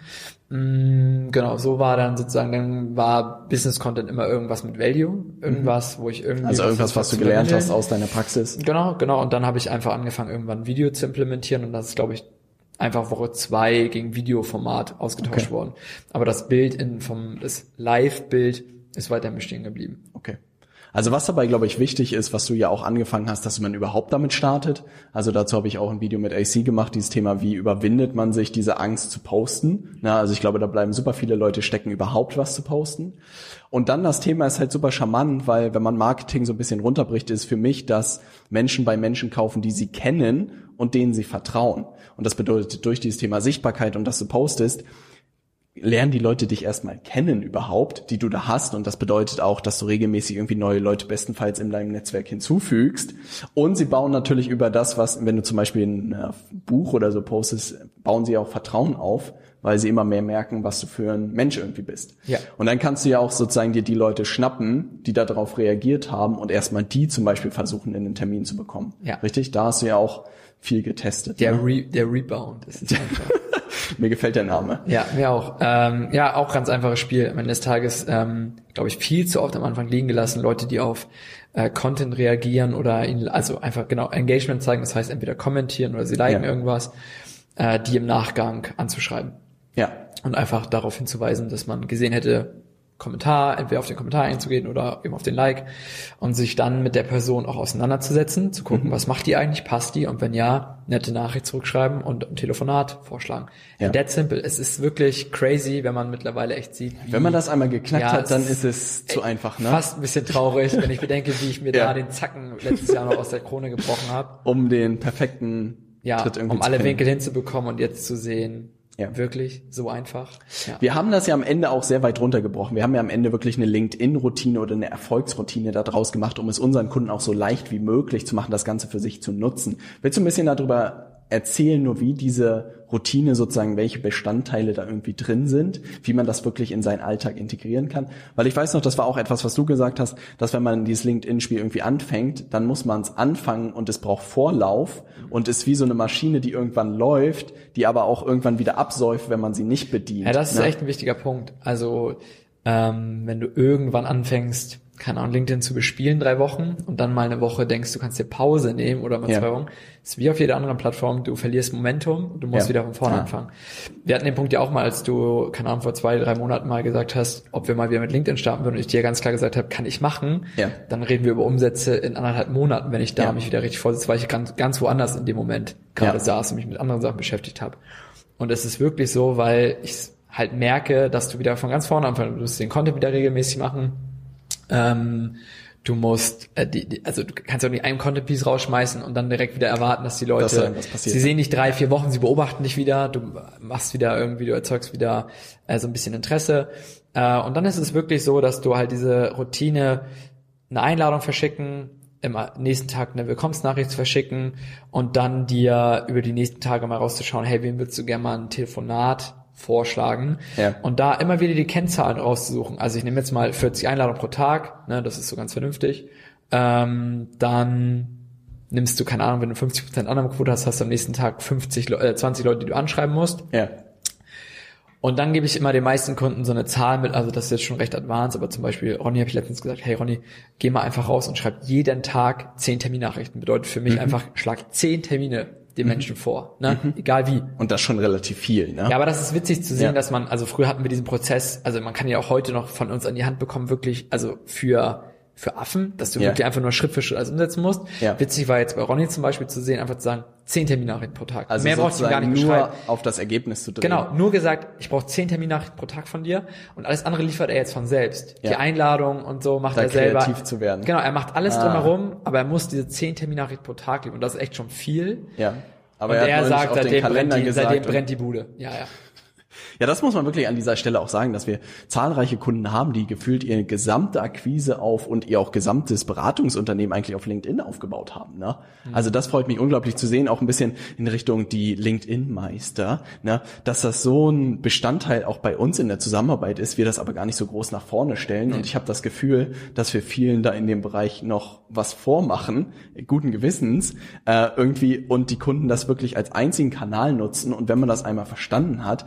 Genau, so war dann sozusagen, dann war Business Content immer irgendwas mit Value, irgendwas, wo ich irgendwie... Also irgendwas, was du gelernt hast aus deiner Praxis. Genau, und dann habe ich einfach angefangen, irgendwann Video zu implementieren und das ist, glaube ich, einfach Woche 2 gegen Videoformat ausgetauscht worden. Aber das Bild das Live-Bild ist weiterhin bestehen geblieben. Okay. Also was dabei, glaube ich, wichtig ist, was du ja auch angefangen hast, dass man überhaupt damit startet. Also dazu habe ich auch ein Video mit AC gemacht, dieses Thema, wie überwindet man sich diese Angst zu posten. Na, also ich glaube, da bleiben super viele Leute stecken, überhaupt was zu posten. Und dann das Thema ist halt super charmant, weil wenn man Marketing so ein bisschen runterbricht, ist für mich, dass Menschen bei Menschen kaufen, die sie kennen und denen sie vertrauen. Und das bedeutet, durch dieses Thema Sichtbarkeit und dass du postest, lernen die Leute dich erstmal kennen überhaupt, die du da hast. Und das bedeutet auch, dass du regelmäßig irgendwie neue Leute bestenfalls in deinem Netzwerk hinzufügst. Und sie bauen natürlich über das, was, wenn du zum Beispiel ein Buch oder so postest, bauen sie auch Vertrauen auf, weil sie immer mehr merken, was du für ein Mensch irgendwie bist. Ja. Und dann kannst du ja auch sozusagen dir die Leute schnappen, die darauf reagiert haben und erstmal die zum Beispiel versuchen, in den Termin zu bekommen. Ja. Richtig? Da hast du ja auch viel getestet. Der Rebound ist es einfach. Mir gefällt der Name. Ja, mir auch. Auch ganz einfaches Spiel. Am Ende des Tages, glaube ich, viel zu oft am Anfang liegen gelassen. Leute, die auf Content reagieren oder ihnen, also einfach genau Engagement zeigen. Das heißt, entweder kommentieren oder sie liken irgendwas, die im Nachgang anzuschreiben. Ja. Und einfach darauf hinzuweisen, dass man gesehen hätte, Kommentar, entweder auf den Kommentar einzugehen oder eben auf den Like und sich dann mit der Person auch auseinanderzusetzen, zu gucken, was macht die eigentlich, passt die und wenn ja, nette Nachricht zurückschreiben und ein Telefonat vorschlagen. Ja. That simple. Es ist wirklich crazy, wenn man mittlerweile echt sieht, wie... Wenn man das einmal geknackt hat, dann ist es zu einfach, ne? Fast ein bisschen traurig, wenn ich bedenke, wie ich mir da den Zacken letztes Jahr noch aus der Krone gebrochen habe. Um den perfekten Tritt irgendwie um alle Winkel hinzubekommen und jetzt zu sehen... Ja. Wirklich so einfach. Ja. Wir haben das ja am Ende auch sehr weit runtergebrochen. Wir haben ja am Ende wirklich eine LinkedIn-Routine oder eine Erfolgsroutine da draus gemacht, um es unseren Kunden auch so leicht wie möglich zu machen, das Ganze für sich zu nutzen. Willst du ein bisschen darüber erzählen, nur wie diese Routine sozusagen, welche Bestandteile da irgendwie drin sind, wie man das wirklich in seinen Alltag integrieren kann? Weil ich weiß noch, das war auch etwas, was du gesagt hast, dass wenn man dieses LinkedIn-Spiel irgendwie anfängt, dann muss man es anfangen und es braucht Vorlauf und ist wie so eine Maschine, die irgendwann läuft, die aber auch irgendwann wieder absäuft, wenn man sie nicht bedient. Ja, das ist echt ein wichtiger Punkt. Also wenn du irgendwann anfängst, keine Ahnung, LinkedIn zu bespielen 3 Wochen und dann mal eine Woche denkst, du kannst dir Pause nehmen oder mal 2 Wochen, ist wie auf jeder anderen Plattform, du verlierst Momentum und du musst wieder von vorne anfangen. Wir hatten den Punkt ja auch mal, als du, keine Ahnung, vor 2-3 Monaten mal gesagt hast, ob wir mal wieder mit LinkedIn starten würden und ich dir ganz klar gesagt habe, kann ich machen, dann reden wir über Umsätze in 1,5 Monaten, wenn ich da mich wieder richtig vorsetze, weil ich ganz woanders in dem Moment gerade saß und mich mit anderen Sachen beschäftigt habe. Und es ist wirklich so, weil ich halt merke, dass du wieder von ganz vorne anfangen, du musst den Content wieder regelmäßig machen. Du musst, also du kannst ja auch nicht einen Content-Piece rausschmeißen und dann direkt wieder erwarten, dass die Leute, sie sehen dich 3-4 Wochen, sie beobachten dich wieder, du machst wieder irgendwie, du erzeugst wieder so ein bisschen Interesse. Und dann ist es wirklich so, dass du halt diese Routine, eine Einladung verschicken, im nächsten Tag eine Willkommensnachricht verschicken und dann dir über die nächsten Tage mal rauszuschauen, hey, wem würdest du gerne mal ein Telefonat vorschlagen und da immer wieder die Kennzahlen rauszusuchen. Also ich nehme jetzt mal 40 Einladungen pro Tag, ne, das ist so ganz vernünftig. Dann nimmst du, keine Ahnung, wenn du 50% Annahmequote hast, hast du am nächsten Tag 20 Leute, die du anschreiben musst. Ja. Und dann gebe ich immer den meisten Kunden so eine Zahl mit, also das ist jetzt schon recht advanced, aber zum Beispiel Ronny habe ich letztens gesagt, hey Ronny, geh mal einfach raus und schreib jeden Tag 10 Terminnachrichten. Bedeutet für mich einfach, schlag 10 Termine den Menschen vor, ne? Egal wie. Und das schon relativ viel, ne? Ja, aber das ist witzig zu sehen, dass man, also früher hatten wir diesen Prozess, also man kann ja auch heute noch von uns an die Hand bekommen, wirklich, also für Affen, dass du wirklich einfach nur Schritt für Schritt alles umsetzen musst. Ja. Witzig war jetzt bei Ronny zum Beispiel zu sehen, einfach zu sagen, 10 Terminnachrichten pro Tag. Also mehr brauchst du gar nicht nur auf das Ergebnis zu drehen. Genau, nur gesagt, ich brauche 10 Terminnachrichten pro Tag von dir und alles andere liefert er jetzt von selbst. Die Einladung und so macht er selber. Kreativ zu werden. Genau, er macht alles drumherum, aber er muss diese 10 Terminnachrichten pro Tag liefern und das ist echt schon viel. Ja. Aber und er sagt, seitdem brennt die Bude. Ja. Ja, das muss man wirklich an dieser Stelle auch sagen, dass wir zahlreiche Kunden haben, die gefühlt ihre gesamte Akquise auf und ihr auch gesamtes Beratungsunternehmen eigentlich auf LinkedIn aufgebaut haben. Ne? Also das freut mich unglaublich zu sehen, auch ein bisschen in Richtung die LinkedIn-Meister, ne? Dass das so ein Bestandteil auch bei uns in der Zusammenarbeit ist, wir das aber gar nicht so groß nach vorne stellen. Und ich habe das Gefühl, dass wir vielen da in dem Bereich noch was vormachen, guten Gewissens irgendwie, und die Kunden das wirklich als einzigen Kanal nutzen. Und wenn man das einmal verstanden hat, dann kann man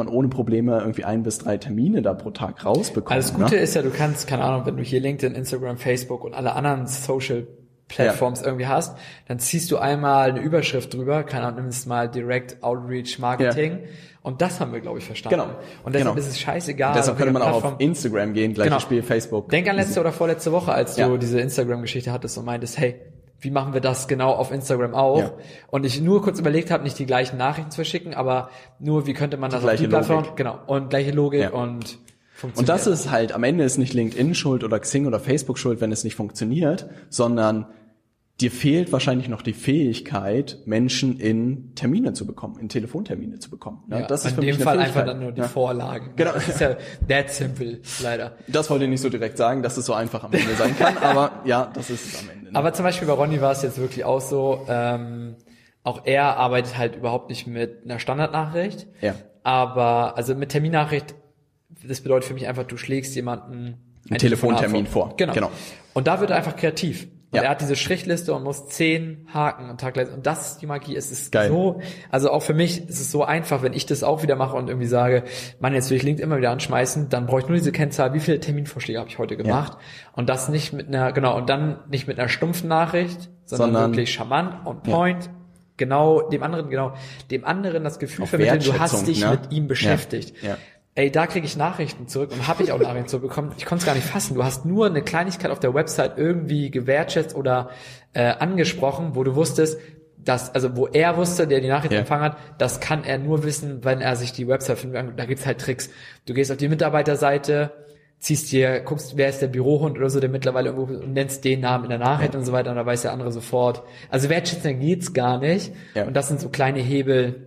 man ohne Probleme irgendwie 1 bis 3 Termine da pro Tag rausbekommen. Also das Gute ist ja, du kannst, keine Ahnung, wenn du hier LinkedIn, Instagram, Facebook und alle anderen Social Platforms irgendwie hast, dann ziehst du einmal eine Überschrift drüber, keine Ahnung, nimmst mal Direct Outreach Marketing und das haben wir, glaube ich, verstanden. Genau. Und deshalb ist es scheißegal. Deshalb könnte man auch auf Instagram gehen, gleiches Spiel, Facebook. Denk an letzte oder vorletzte Woche, als du diese Instagram-Geschichte hattest und meintest, hey, wie machen wir das genau auf Instagram auch? Ja. Und ich nur kurz überlegt habe, nicht die gleichen Nachrichten zu verschicken, aber nur, wie könnte man das auf die Plattform, und gleiche Logik und funktioniert. Und das ist halt, am Ende ist nicht LinkedIn schuld oder Xing oder Facebook schuld, wenn es nicht funktioniert, sondern dir fehlt wahrscheinlich noch die Fähigkeit, Menschen in Termine zu bekommen, in Telefontermine zu bekommen. Ja, das ist in dem Fall einfach dann nur die Vorlagen. Genau. Das ist ja that simple, leider. Das wollte ich nicht so direkt sagen, dass es so einfach am Ende sein kann, aber ja, das ist es am Ende. Ne? Aber zum Beispiel bei Ronny war es jetzt wirklich auch so, auch er arbeitet halt überhaupt nicht mit einer Standardnachricht, aber also mit Terminnachricht, das bedeutet für mich einfach, du schlägst jemanden einen Telefontermin vor. Genau. Und da wird er einfach kreativ. Und er hat diese Strichliste und muss 10 Haken am Tag leisten. Und das ist die Magie. Es ist geil. So, also auch für mich ist es so einfach, wenn ich das auch wieder mache und irgendwie sage, Mann, jetzt will ich LinkedIn immer wieder anschmeißen, dann brauche ich nur diese Kennzahl, wie viele Terminvorschläge habe ich heute gemacht? Und das nicht mit einer, und dann nicht mit einer stumpfen Nachricht, sondern wirklich charmant, on point, dem anderen das Gefühl vermitteln, du hast dich mit ihm beschäftigt. Ja. Ey, da kriege ich Nachrichten zurück und habe ich auch Nachrichten zurückbekommen. Ich konnte es gar nicht fassen. Du hast nur eine Kleinigkeit auf der Website irgendwie gewertschätzt oder angesprochen, wo du wusstest, wo er wusste, der die Nachricht empfangen hat, das kann er nur wissen, wenn er sich die Website findet. Da gibt's halt Tricks. Du gehst auf die Mitarbeiterseite, guckst, wer ist der Bürohund oder so, der mittlerweile irgendwo, und nennst den Namen in der Nachricht und so weiter, und da weiß der andere sofort. Also wertschätzen geht's gar nicht. Ja. Und das sind so kleine Hebel.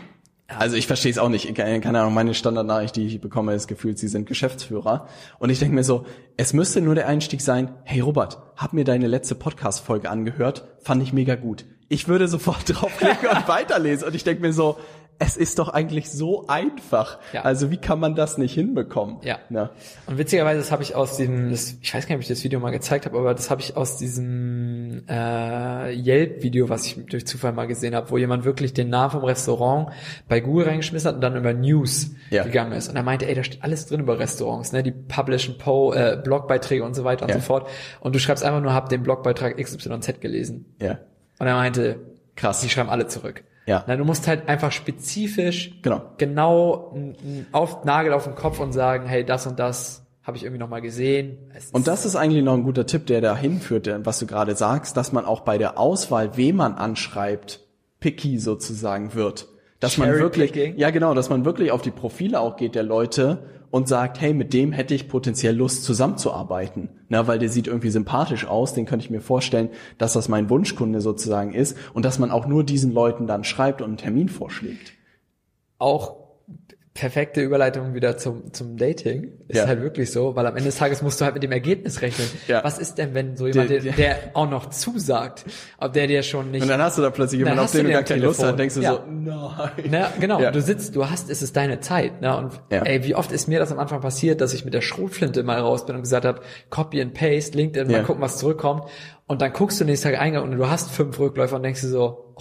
Also ich verstehe es auch nicht. Keine Ahnung, meine Standardnachricht, die ich bekomme, ist gefühlt, Sie sind Geschäftsführer. Und ich denke mir so, es müsste nur der Einstieg sein, hey Robert, hab mir deine letzte Podcast-Folge angehört, fand ich mega gut. Ich würde sofort draufklicken und weiterlesen. Und ich denke mir so, es ist doch eigentlich so einfach. Ja. Also wie kann man das nicht hinbekommen? Ja. Und witzigerweise, das habe ich aus diesem, ich weiß gar nicht, ob ich das Video mal gezeigt habe, aber das habe ich aus diesem Yelp-Video, was ich durch Zufall mal gesehen habe, wo jemand wirklich den Namen vom Restaurant bei Google reingeschmissen hat und dann über News gegangen ist. Und er meinte, ey, da steht alles drin über Restaurants, ne? Die publishen Blogbeiträge und so weiter und so fort. Und du schreibst einfach nur, hab den Blogbeitrag XYZ gelesen. Ja. Und er meinte, krass, die schreiben alle zurück. Ja. Na, du musst halt einfach spezifisch genau Nagel auf den Kopf und sagen, hey, das und das habe ich irgendwie noch mal gesehen. Und das ist eigentlich noch ein guter Tipp, der dahin führt, was du gerade sagst, dass man auch bei der Auswahl, wen man anschreibt, picky sozusagen wird. Dass man wirklich, dass man wirklich auf die Profile auch geht der Leute und sagt, hey, mit dem hätte ich potenziell Lust zusammenzuarbeiten. Na, weil der sieht irgendwie sympathisch aus, den könnte ich mir vorstellen, dass das mein Wunschkunde sozusagen ist und dass man auch nur diesen Leuten dann schreibt und einen Termin vorschlägt. Auch perfekte Überleitung wieder zum Dating. Ist halt wirklich so, weil am Ende des Tages musst du halt mit dem Ergebnis rechnen. Ja. Was ist denn, wenn so jemand, der auch noch zusagt, ob der dir schon nicht... Und dann hast du da plötzlich jemanden, auf den du gar keine Lust hast, denkst du so, nein. Na, genau, es ist deine Zeit. Ne? Und ey, wie oft ist mir das am Anfang passiert, dass ich mit der Schrotflinte mal raus bin und gesagt habe, Copy and Paste, LinkedIn, mal gucken, was zurückkommt. Und dann guckst du nächsten Tag Eingang und du hast 5 Rückläufer und denkst dir so,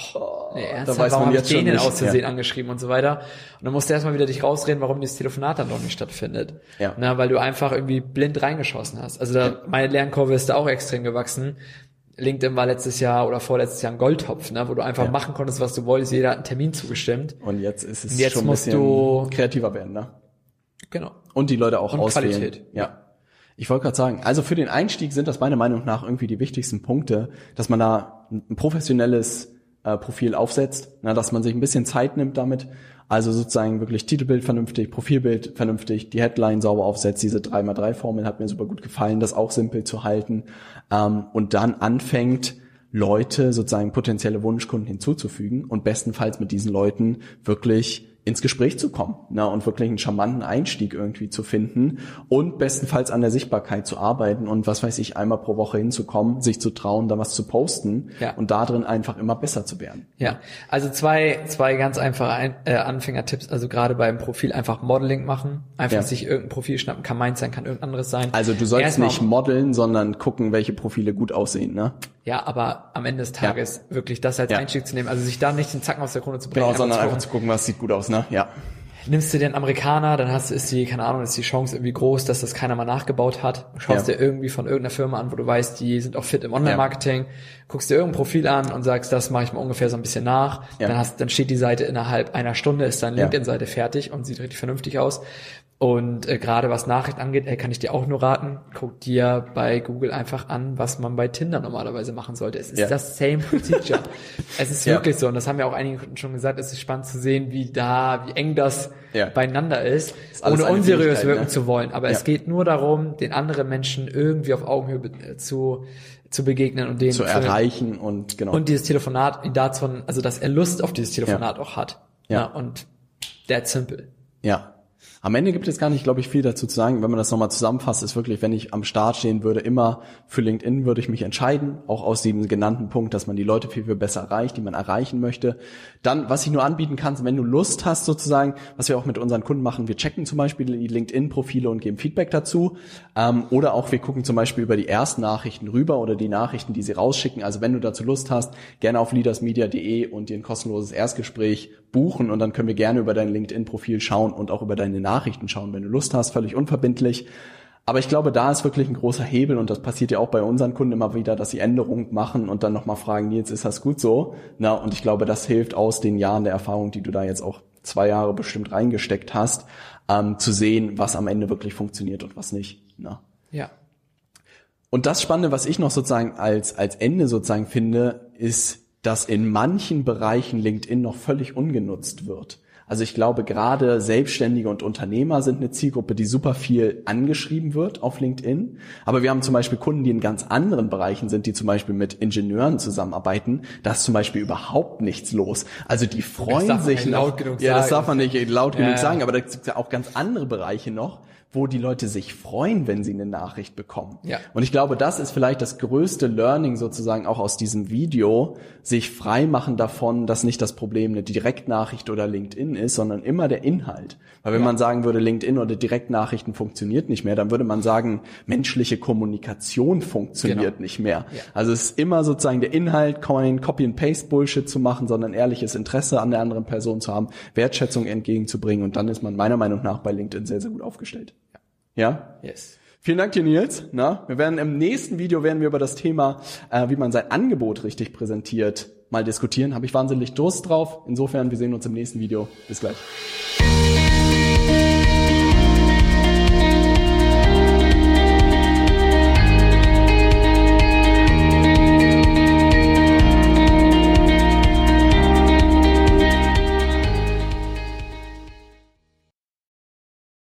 warum habe ich den denn aus Versehen angeschrieben und so weiter. Und dann musst du erstmal wieder dich rausreden, warum dieses Telefonat dann doch nicht stattfindet. Ja. Na, weil du einfach irgendwie blind reingeschossen hast. Also meine Lernkurve ist da auch extrem gewachsen. LinkedIn war letztes Jahr oder vorletztes Jahr ein Goldtopf, ne, wo du einfach machen konntest, was du wolltest. Jeder hat einen Termin zugestimmt. Und jetzt ist es schon ein bisschen kreativer werden, ne? Genau. Und die Leute auch auswählen. Qualität. Ja. Ich wollte gerade sagen, also für den Einstieg sind das meiner Meinung nach irgendwie die wichtigsten Punkte, dass man da ein professionelles Profil aufsetzt, dass man sich ein bisschen Zeit nimmt damit, also sozusagen wirklich Titelbild vernünftig, Profilbild vernünftig, die Headline sauber aufsetzt, diese 3x3-Formel hat mir super gut gefallen, das auch simpel zu halten und dann anfängt, Leute, sozusagen potenzielle Wunschkunden hinzuzufügen und bestenfalls mit diesen Leuten wirklich ins Gespräch zu kommen, und wirklich einen charmanten Einstieg irgendwie zu finden und bestenfalls an der Sichtbarkeit zu arbeiten und einmal pro Woche hinzukommen, sich zu trauen, da was zu posten und da drin einfach immer besser zu werden. Ja, also zwei ganz einfache Anfängertipps, also gerade beim Profil einfach Modeling machen, einfach sich irgendein Profil schnappen, kann meins sein, kann irgendein anderes sein. Also du sollst nicht modeln, sondern gucken, welche Profile gut aussehen, ne? Ja, aber am Ende des Tages wirklich das als Einstieg zu nehmen, also sich da nicht den Zacken aus der Krone zu bringen. Genau, sondern einfach zu gucken, was sieht gut aus, ne? Ja. nimmst du den Amerikaner, dann ist die Chance irgendwie groß, dass das keiner mal nachgebaut hat. Schaust dir irgendwie von irgendeiner Firma an, wo du weißt, die sind auch fit im Online-Marketing, guckst dir irgendein Profil an und sagst, das mache ich mal ungefähr so ein bisschen nach. Dann steht die Seite innerhalb einer Stunde, ist deine LinkedIn-Seite fertig und sieht richtig vernünftig aus. Und gerade was Nachricht angeht, kann ich dir auch nur raten, guck dir bei Google einfach an, was man bei Tinder normalerweise machen sollte. Es ist das same procedure. Es ist wirklich so, und das haben ja auch einige Kunden schon gesagt, es ist spannend zu sehen, wie eng das beieinander ist, ohne unseriös wirken zu wollen. Aber es geht nur darum, den anderen Menschen irgendwie auf Augenhöhe zu begegnen und den zu erreichen und Und dieses Telefonat also dass er Lust auf dieses Telefonat auch hat. Ja. Und that's simple. Ja. Am Ende gibt es gar nicht, glaube ich, viel dazu zu sagen. Wenn man das nochmal zusammenfasst, ist wirklich, wenn ich am Start stehen würde, immer für LinkedIn würde ich mich entscheiden, auch aus dem genannten Punkt, dass man die Leute viel besser erreicht, die man erreichen möchte. Dann, was ich nur anbieten kann, wenn du Lust hast sozusagen, was wir auch mit unseren Kunden machen, wir checken zum Beispiel die LinkedIn-Profile und geben Feedback dazu. Oder auch wir gucken zum Beispiel über die ersten Nachrichten rüber oder die Nachrichten, die sie rausschicken. Also wenn du dazu Lust hast, gerne auf leadersmedia.de und dir ein kostenloses Erstgespräch buchen und dann können wir gerne über dein LinkedIn-Profil schauen und auch über deine Nachrichten schauen, wenn du Lust hast, völlig unverbindlich. Aber ich glaube, da ist wirklich ein großer Hebel und das passiert ja auch bei unseren Kunden immer wieder, dass sie Änderungen machen und dann nochmal fragen, Nils, ist das gut so? Na, und ich glaube, das hilft aus den Jahren der Erfahrung, die du da jetzt auch 2 Jahre bestimmt reingesteckt hast, zu sehen, was am Ende wirklich funktioniert und was nicht. Na. Ja. Und das Spannende, was ich noch sozusagen als Ende sozusagen finde, ist, dass in manchen Bereichen LinkedIn noch völlig ungenutzt wird. Also ich glaube, gerade Selbstständige und Unternehmer sind eine Zielgruppe, die super viel angeschrieben wird auf LinkedIn. Aber wir haben zum Beispiel Kunden, die in ganz anderen Bereichen sind, die zum Beispiel mit Ingenieuren zusammenarbeiten. Da ist zum Beispiel überhaupt nichts los. Also die freuen sich noch. Ja, das darf man nicht laut genug sagen, aber da gibt es ja auch ganz andere Bereiche noch, wo die Leute sich freuen, wenn sie eine Nachricht bekommen. Ja. Und ich glaube, das ist vielleicht das größte Learning sozusagen auch aus diesem Video, sich frei machen davon, dass nicht das Problem eine Direktnachricht oder LinkedIn ist, sondern immer der Inhalt. Weil wenn man sagen würde, LinkedIn oder Direktnachrichten funktioniert nicht mehr, dann würde man sagen, menschliche Kommunikation funktioniert nicht mehr. Ja. Also es ist immer sozusagen der Inhalt, Copy-and-Paste-Bullshit zu machen, sondern ehrliches Interesse an der anderen Person zu haben, Wertschätzung entgegenzubringen und dann ist man meiner Meinung nach bei LinkedIn sehr, sehr gut aufgestellt. Ja? Yes. Vielen Dank dir, Nils. Wir werden im nächsten Video über das Thema, wie man sein Angebot richtig präsentiert, mal diskutieren. Habe ich wahnsinnig Durst drauf. Insofern, wir sehen uns im nächsten Video. Bis gleich.